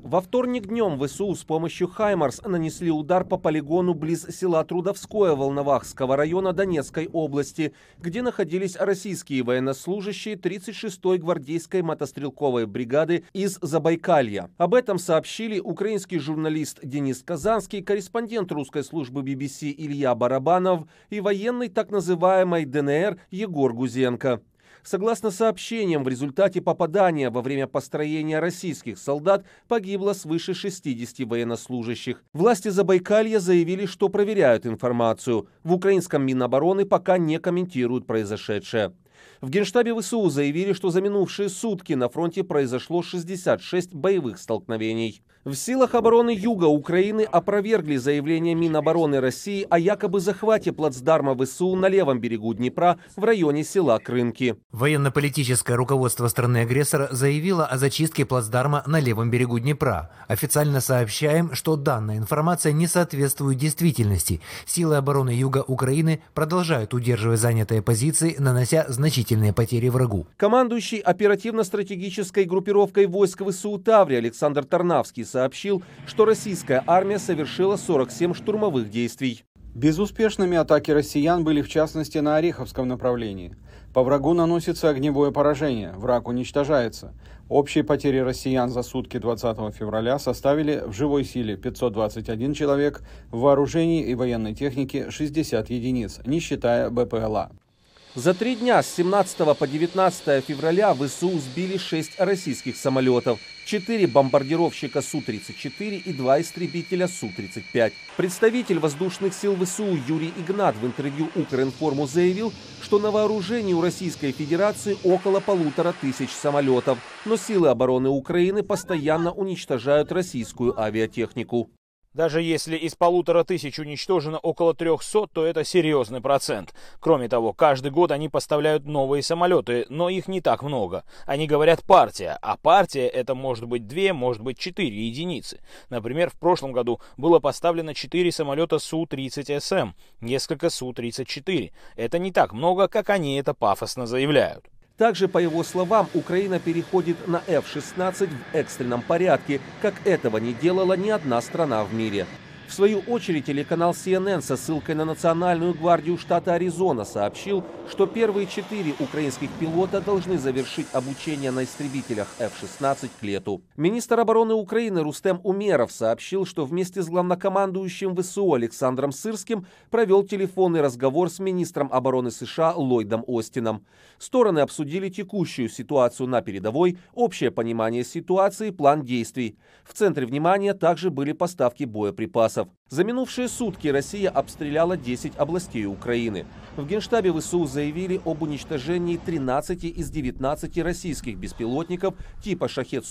Во вторник днем ВСУ с помощью «Хаймарс» нанесли удар по полигону близ села Трудовское Волновахского района Донецкой области, где находились российские военнослужащие 36-й гвардейской мотострелковой бригады из Забайкалья. Об этом сообщили украинский журналист Денис Казанский, корреспондент русской службы BBC Илья Барабанов и военный так называемой ДНР Егор Гузенко. Согласно сообщениям, в результате попадания во время построения российских солдат погибло свыше 60 военнослужащих. Власти Забайкалья заявили, что проверяют информацию. В украинском Минобороны пока не комментируют произошедшее. В Генштабе ВСУ заявили, что за минувшие сутки на фронте произошло 66 боевых столкновений. В силах обороны Юга Украины опровергли заявление Минобороны России о якобы захвате плацдарма ВСУ на левом берегу Днепра в районе села Крынки. Военно-политическое руководство страны-агрессора заявило о зачистке плацдарма на левом берегу Днепра. Официально сообщаем, что данная информация не соответствует действительности. Силы обороны Юга Украины продолжают удерживать занятые позиции, нанося значительные потери врагу. Командующий оперативно-стратегической группировкой войск ВСУ Таврия Александр Тарнавский сообщил, что российская армия совершила 47 штурмовых действий. Безуспешными атаки россиян были в частности на Ореховском направлении. По врагу наносится огневое поражение, враг уничтожается. Общие потери россиян за сутки 20 февраля составили в живой силе 521 человек, в вооружении и военной технике 60 единиц, не считая БПЛА. За 3 дня с 17 по 19 февраля ВСУ сбили 6 российских самолетов, 4 бомбардировщика Су-34 и 2 истребителя Су-35. Представитель воздушных сил ВСУ Юрий Игнат в интервью Укринформу заявил, что на вооружении у Российской Федерации около 1500 самолетов, но силы обороны Украины постоянно уничтожают российскую авиатехнику. Даже если из 1500 уничтожено около 300, то это серьезный процент. Кроме того, каждый год они поставляют новые самолеты, но их не так много. Они говорят партия, а партия это может быть 2, может быть 4 единицы. Например, в прошлом году было поставлено 4 самолета Су-30СМ, несколько Су-34. Это не так много, как они это пафосно заявляют. Также, по его словам, Украина переходит на F-16 в экстренном порядке, как этого не делала ни одна страна в мире. В свою очередь, телеканал CNN со ссылкой на Национальную гвардию штата Аризона сообщил, что первые 4 украинских пилота должны завершить обучение на истребителях F-16 к лету. Министр обороны Украины Рустем Умеров сообщил, что вместе с главнокомандующим ВСУ Александром Сырским провел телефонный разговор с министром обороны США Ллойдом Остином. Стороны обсудили текущую ситуацию на передовой, общее понимание ситуации, план действий. В центре внимания также были поставки боеприпасов. За минувшие сутки Россия обстреляла 10 областей Украины. В Генштабе ВСУ заявили об уничтожении 13 из 19 российских беспилотников типа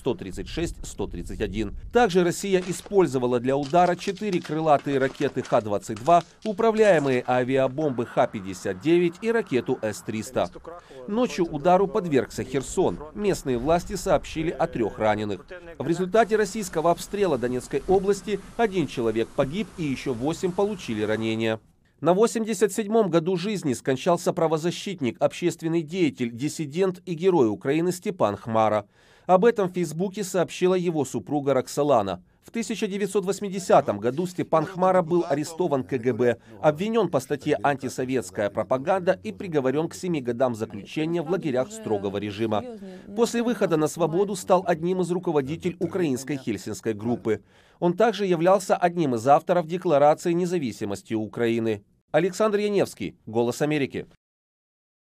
«Шахед-136-131». Также Россия использовала для удара 4 крылатые ракеты Х-22, управляемые авиабомбы Х-59 и ракету С-300. Ночью удару подвергся Херсон. Местные власти сообщили о 3 раненых. В результате российского обстрела Донецкой области 1 человек погиб и еще 8 получили ранения. На 87-м году жизни скончался правозащитник, общественный деятель, диссидент и герой Украины Степан Хмара. Об этом в Фейсбуке сообщила его супруга Роксолана. В 1980 году Степан Хмара был арестован КГБ, обвинен по статье «Антисоветская пропаганда» и приговорен к 7 годам заключения в лагерях строгого режима. После выхода на свободу стал одним из руководителей украинской Хельсинской группы. Он также являлся одним из авторов Декларации независимости Украины. Александр Яневский, «Голос Америки».